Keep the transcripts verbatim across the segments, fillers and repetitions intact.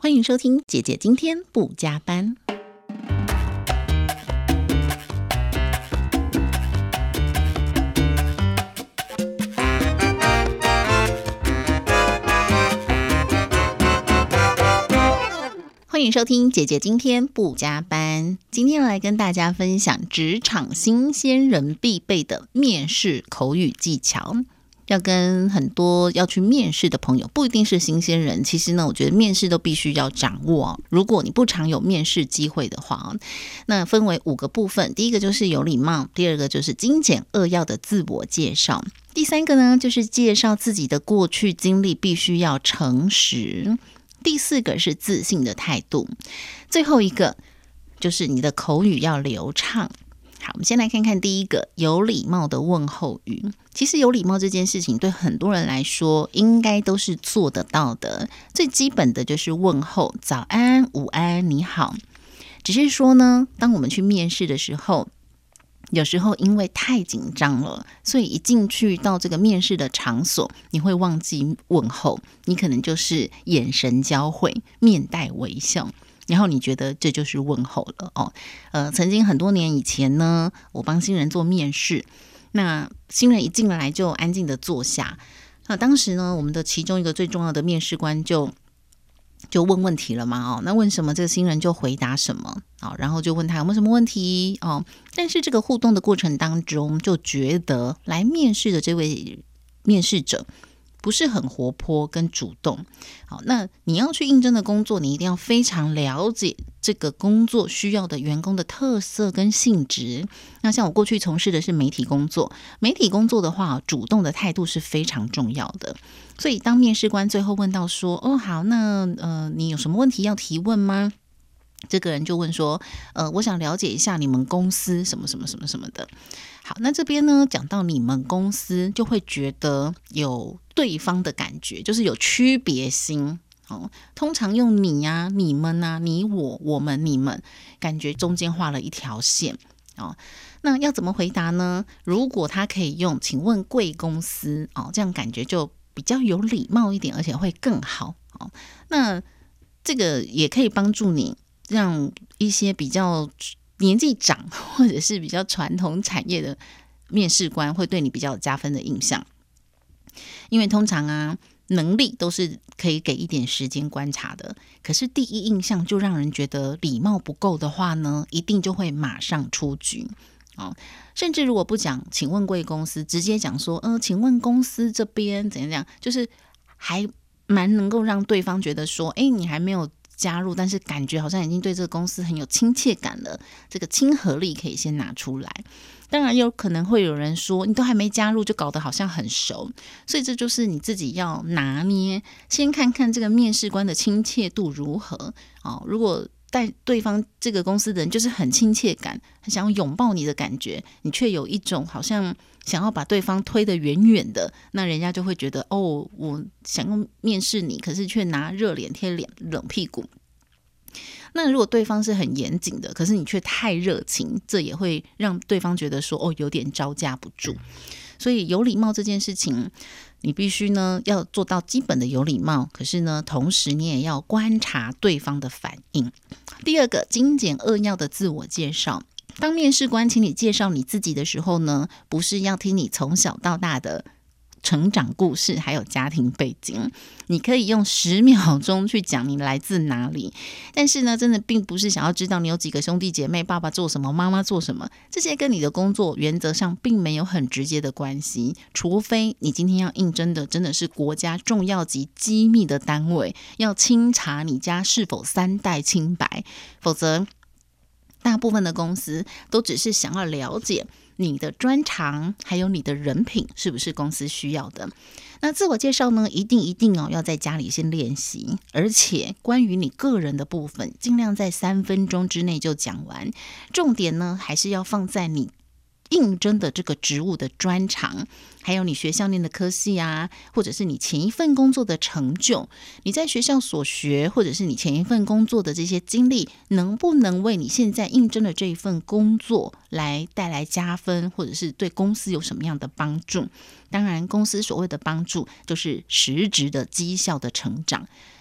欢迎收听姐姐今天不加班。欢迎收听姐姐今天不加班。今天来跟大家分享职场新鲜人必备的面试口语技巧。要跟很多要去面试的朋友，不一定是新鲜人，其实呢我觉得面试都必须要掌握。如果你不常有面试机会的话，那分为五个部分。第一个就是有礼貌，第二个就是精简扼要的自我介绍，第三个呢就是介绍自己的过去经历必须要诚实，第四个是自信的态度，最后一个就是你的口语要流畅。好，我们先来看看第一个，有礼貌的问候语。其实有礼貌这件事情对很多人来说应该都是做得到的，最基本的就是问候，早安、午安、你好。只是说呢，当我们去面试的时候，有时候因为太紧张了，所以一进去到这个面试的场所，你会忘记问候，你可能就是眼神交汇，面带微笑，然后你觉得这就是问候了哦。呃，曾经很多年以前呢，我帮新人做面试，那新人一进来就安静的坐下，那当时呢，我们的其中一个最重要的面试官就就问问题了嘛，哦，那问什么这个新人就回答什么，哦，然后就问他有没有什么问题哦。但是这个互动的过程当中，就觉得来面试的这位面试者不是很活泼跟主动。好，那你要去应征的工作，你一定要非常了解这个工作需要的员工的特色跟性质。那像我过去从事的是媒体工作，媒体工作的话，主动的态度是非常重要的。所以当面试官最后问到说，哦好，那呃你有什么问题要提问吗？这个人就问说，呃，我想了解一下你们公司什么什么什么什么的。好，那这边呢讲到你们公司，就会觉得有对方的感觉，就是有区别心。哦，通常用你啊、你们啊、你我、我们、你们，感觉中间画了一条线。哦，那要怎么回答呢？如果他可以用请问贵公司，哦，这样感觉就比较有礼貌一点，而且会更好。哦，那这个也可以帮助你让一些比较年纪长或者是比较传统产业的面试官会对你比较有加分的印象。因为通常啊，能力都是可以给一点时间观察的，可是第一印象就让人觉得礼貌不够的话呢，一定就会马上出局。哦，甚至如果不讲请问贵公司，直接讲说呃，请问公司这边怎样怎样，就是还蛮能够让对方觉得说，哎，你还没有加入，但是感觉好像已经对这个公司很有亲切感了，这个亲和力可以先拿出来。当然有可能会有人说，你都还没加入就搞得好像很熟，所以这就是你自己要拿捏，先看看这个面试官的亲切度如何。哦，如果带对方这个公司的人就是很亲切感，很想要拥抱你的感觉，你却有一种好像想要把对方推得远远的，那人家就会觉得，哦，我想要面试你，可是却拿热脸贴脸冷屁股。那如果对方是很严谨的，可是你却太热情，这也会让对方觉得说，哦，有点招架不住。所以有礼貌这件事情，你必须呢要做到基本的有礼貌，可是呢同时你也要观察对方的反应。第二个，精简扼要的自我介绍。当面试官请你介绍你自己的时候呢，不是要听你从小到大的成长故事还有家庭背景，你可以用十秒钟去讲你来自哪里，但是呢真的并不是想要知道你有几个兄弟姐妹，爸爸做什么，妈妈做什么，这些跟你的工作原则上并没有很直接的关系，除非你今天要应征的真的是国家重要级机密的单位，要清查你家是否三代清白，否则大部分的公司都只是想要了解你的专长还有你的人品是不是公司需要的。那自我介绍呢，一定一定哦要在家里先练习，而且关于你个人的部分尽量在三分钟之内就讲完，重点呢还是要放在你应征的这个职务的专长，还有你学校念的科系啊，或者是你前一份工作的成就，你在学校所学或者是你前一份工作的这些经历，能不能为你现在应征的这一份工作来带来加分，或者是对公司有什么样的帮助。当然公司所谓的帮助就是实质的绩效的成长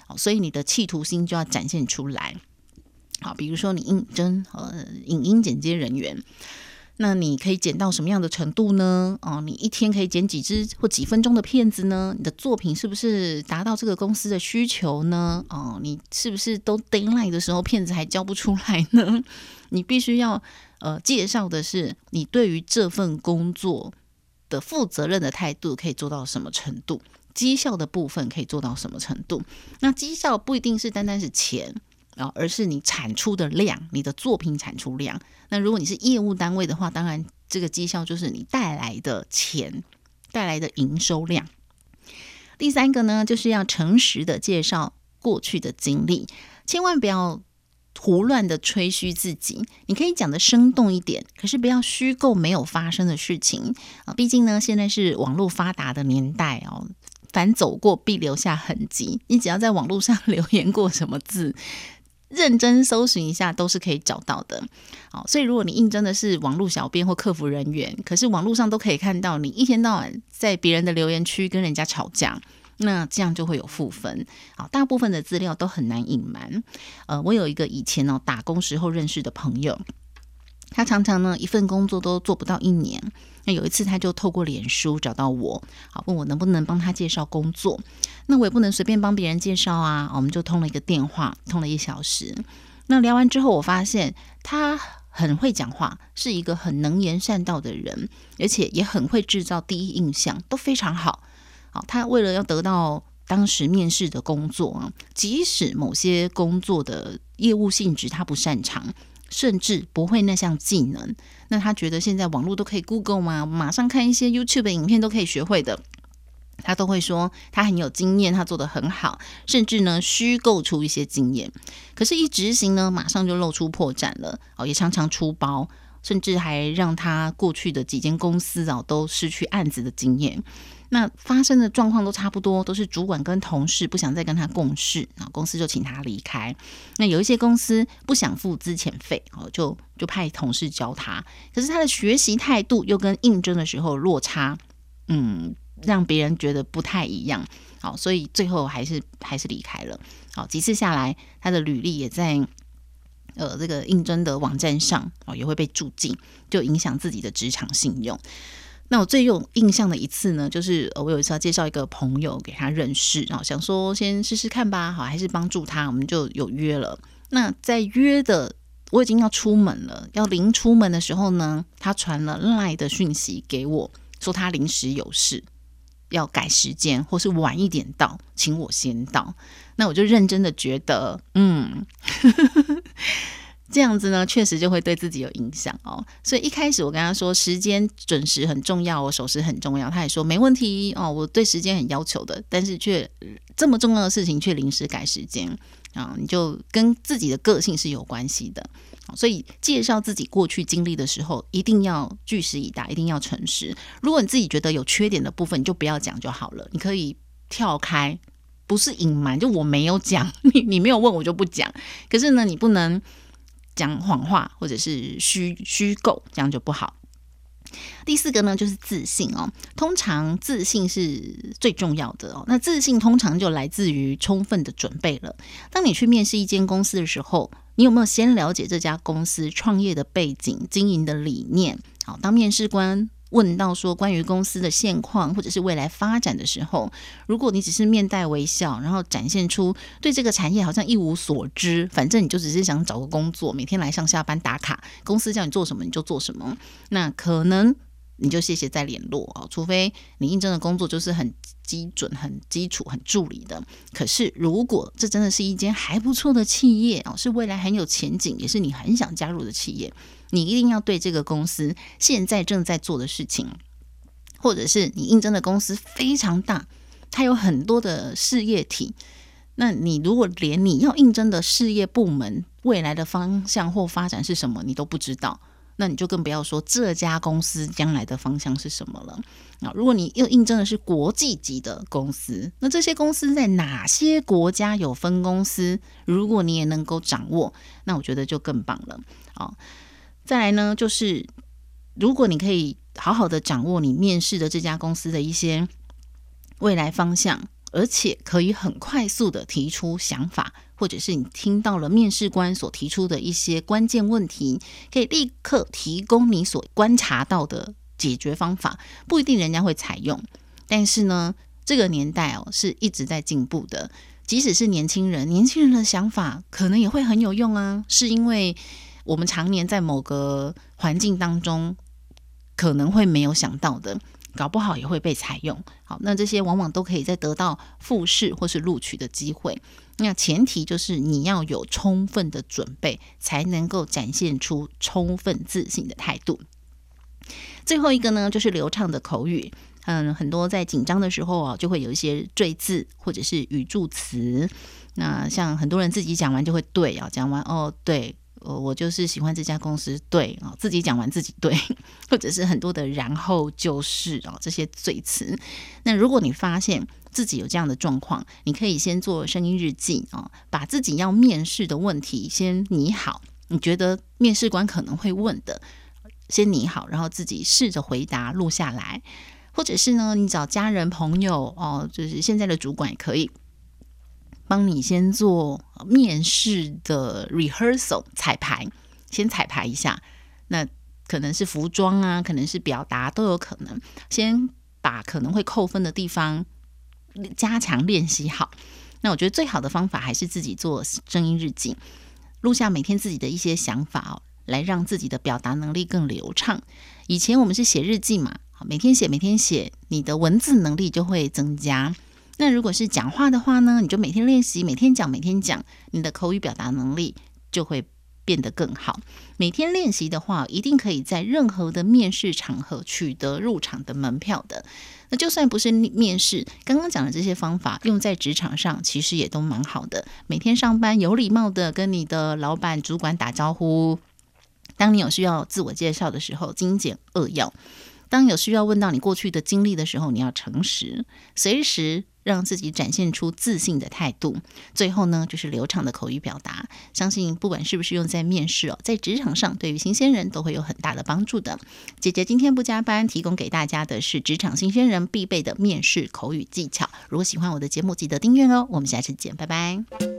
所以你的企图心就要展现出来。好，比如说你应征呃影音剪接人员，那你可以剪到什么样的程度呢？哦，你一天可以剪几支或几分钟的片子呢？你的作品是不是达到这个公司的需求呢？哦，你是不是都 deadline 的时候片子还交不出来呢？你必须要呃介绍的是你对于这份工作的负责任的态度可以做到什么程度，绩效的部分可以做到什么程度。那绩效不一定是单单是钱，而是你产出的量，你的作品产出量。那如果你是业务单位的话，当然这个绩效就是你带来的钱，带来的营收量。第三个呢，就是要诚实的介绍过去的经历，千万不要胡乱的吹嘘自己。你可以讲的生动一点，可是不要虚构没有发生的事情啊。毕竟呢，现在是网络发达的年代哦，凡走过必留下痕迹。你只要在网络上留言过什么字，认真搜寻一下都是可以找到的。好，所以如果你应征的是网络小编或客服人员，可是网络上都可以看到你一天到晚在别人的留言区跟人家吵架，那这样就会有负分。好，大部分的资料都很难隐瞒。呃，我有一个以前哦打工时候认识的朋友，他常常呢一份工作都做不到一年。那有一次他就透过脸书找到我，好问我能不能帮他介绍工作。那我也不能随便帮别人介绍啊，我们就通了一个电话，通了一小时。那聊完之后，我发现他很会讲话，是一个很能言善道的人，而且也很会制造第一印象，都非常好。好，他为了要得到当时面试的工作啊，即使某些工作的业务性质他不擅长，甚至不会那项技能，那他觉得现在网络都可以 Google 嘛，马上看一些 YouTube 的影片都可以学会的，他都会说他很有经验，他做得很好，甚至呢虚构出一些经验。可是一执行呢，马上就露出破绽了，也常常出包，甚至还让他过去的几间公司都失去案子的经验。那发生的状况都差不多，都是主管跟同事不想再跟他共事，公司就请他离开。那有一些公司不想付资遣费，就就派同事教他，可是他的学习态度又跟应征的时候落差，嗯，让别人觉得不太一样。好，所以最后还是还是离开了。好，几次下来，他的履历也在呃这个应征的网站上也会被注记，就影响自己的职场信用。那我最有印象的一次呢，就是我有一次要介绍一个朋友给他认识，想说先试试看吧，好，还是帮助他，我们就有约了。那在约的我已经要出门了，要临出门的时候呢，他传了 LINE 的讯息给我，说他临时有事要改时间，或是晚一点到，请我先到。那我就认真的觉得嗯这样子呢，确实就会对自己有影响哦。所以一开始我跟他说时间准时很重要，我守时很重要，他也说没问题哦，我对时间很要求的，但是却这么重要的事情却临时改时间啊，你就跟自己的个性是有关系的。所以介绍自己过去经历的时候，一定要据实以答，一定要诚实。如果你自己觉得有缺点的部分，你就不要讲就好了，你可以跳开，不是隐瞒，就我没有讲，你你没有问我就不讲。可是呢，你不能讲谎话或者是虚虚构，这样就不好。第四个呢，就是自信哦。通常自信是最重要的哦。那自信通常就来自于充分的准备了。当你去面试一间公司的时候，你有没有先了解这家公司创业的背景、经营的理念？好，当面试官问到说关于公司的现况或者是未来发展的时候，如果你只是面带微笑，然后展现出对这个产业好像一无所知，反正你就只是想找个工作，每天来上下班打卡，公司叫你做什么你就做什么，那可能你就谢谢再联络哦，除非你应征的工作就是很基准、很基础、很助理的。可是如果这真的是一间还不错的企业哦，是未来很有前景，也是你很想加入的企业，你一定要对这个公司现在正在做的事情，或者是你应征的公司非常大，它有很多的事业体，那你如果连你要应征的事业部门未来的方向或发展是什么你都不知道，那你就更不要说这家公司将来的方向是什么了。如果你又应征的是国际级的公司，那这些公司在哪些国家有分公司，如果你也能够掌握，那我觉得就更棒了。再来呢，就是如果你可以好好的掌握你面试的这家公司的一些未来方向， 而且可以很快速的提出想法，或者是你听到了面试官所提出的一些关键问题，可以立刻提供你所观察到的解决方法。不一定人家会采用，但是呢这个年代哦是一直在进步的，即使是年轻人，年轻人的想法可能也会很有用啊，是因为我们常年在某个环境当中可能会没有想到的，搞不好也会被采用。好，那这些往往都可以再得到复试或是录取的机会。那前提就是你要有充分的准备，才能够展现出充分自信的态度。最后一个呢，就是流畅的口语。嗯，很多在紧张的时候啊，就会有一些赘字或者是语助词。那像很多人自己讲完就会对啊，讲完哦对，我就是喜欢这家公司，对啊，自己讲完自己对，或者是很多的然后就是啊这些赘词。那如果你发现自己有这样的状况，你可以先做声音日记啊，把自己要面试的问题先拟好，你觉得面试官可能会问的，先拟好，然后自己试着回答录下来。或者是呢，你找家人朋友哦，就是现在的主管也可以帮你先做面试的 rehearsal 彩排，先彩排一下。那可能是服装啊，可能是表达都有可能，先把可能会扣分的地方加强练习好。那我觉得最好的方法还是自己做声音日记，录下每天自己的一些想法哦，来让自己的表达能力更流畅。以前我们是写日记嘛，每天写每天写，你的文字能力就会增加。那如果是讲话的话呢，你就每天练习，每天讲每天讲，你的口语表达能力就会变得更好。每天练习的话，一定可以在任何的面试场合取得入场的门票的。那就算不是面试，刚刚讲的这些方法用在职场上其实也都蛮好的。每天上班有礼貌的跟你的老板主管打招呼，当你有需要自我介绍的时候精简扼要，当有需要问到你过去的经历的时候，你要诚实，随时让自己展现出自信的态度。最后呢，就是流畅的口语表达，相信不管是不是用在面试哦，在职场上对于新鲜人都会有很大的帮助的。姐姐今天不加班，提供给大家的是职场新鲜人必备的面试口语技巧。如果喜欢我的节目，记得订阅哦。我们下次见，拜拜。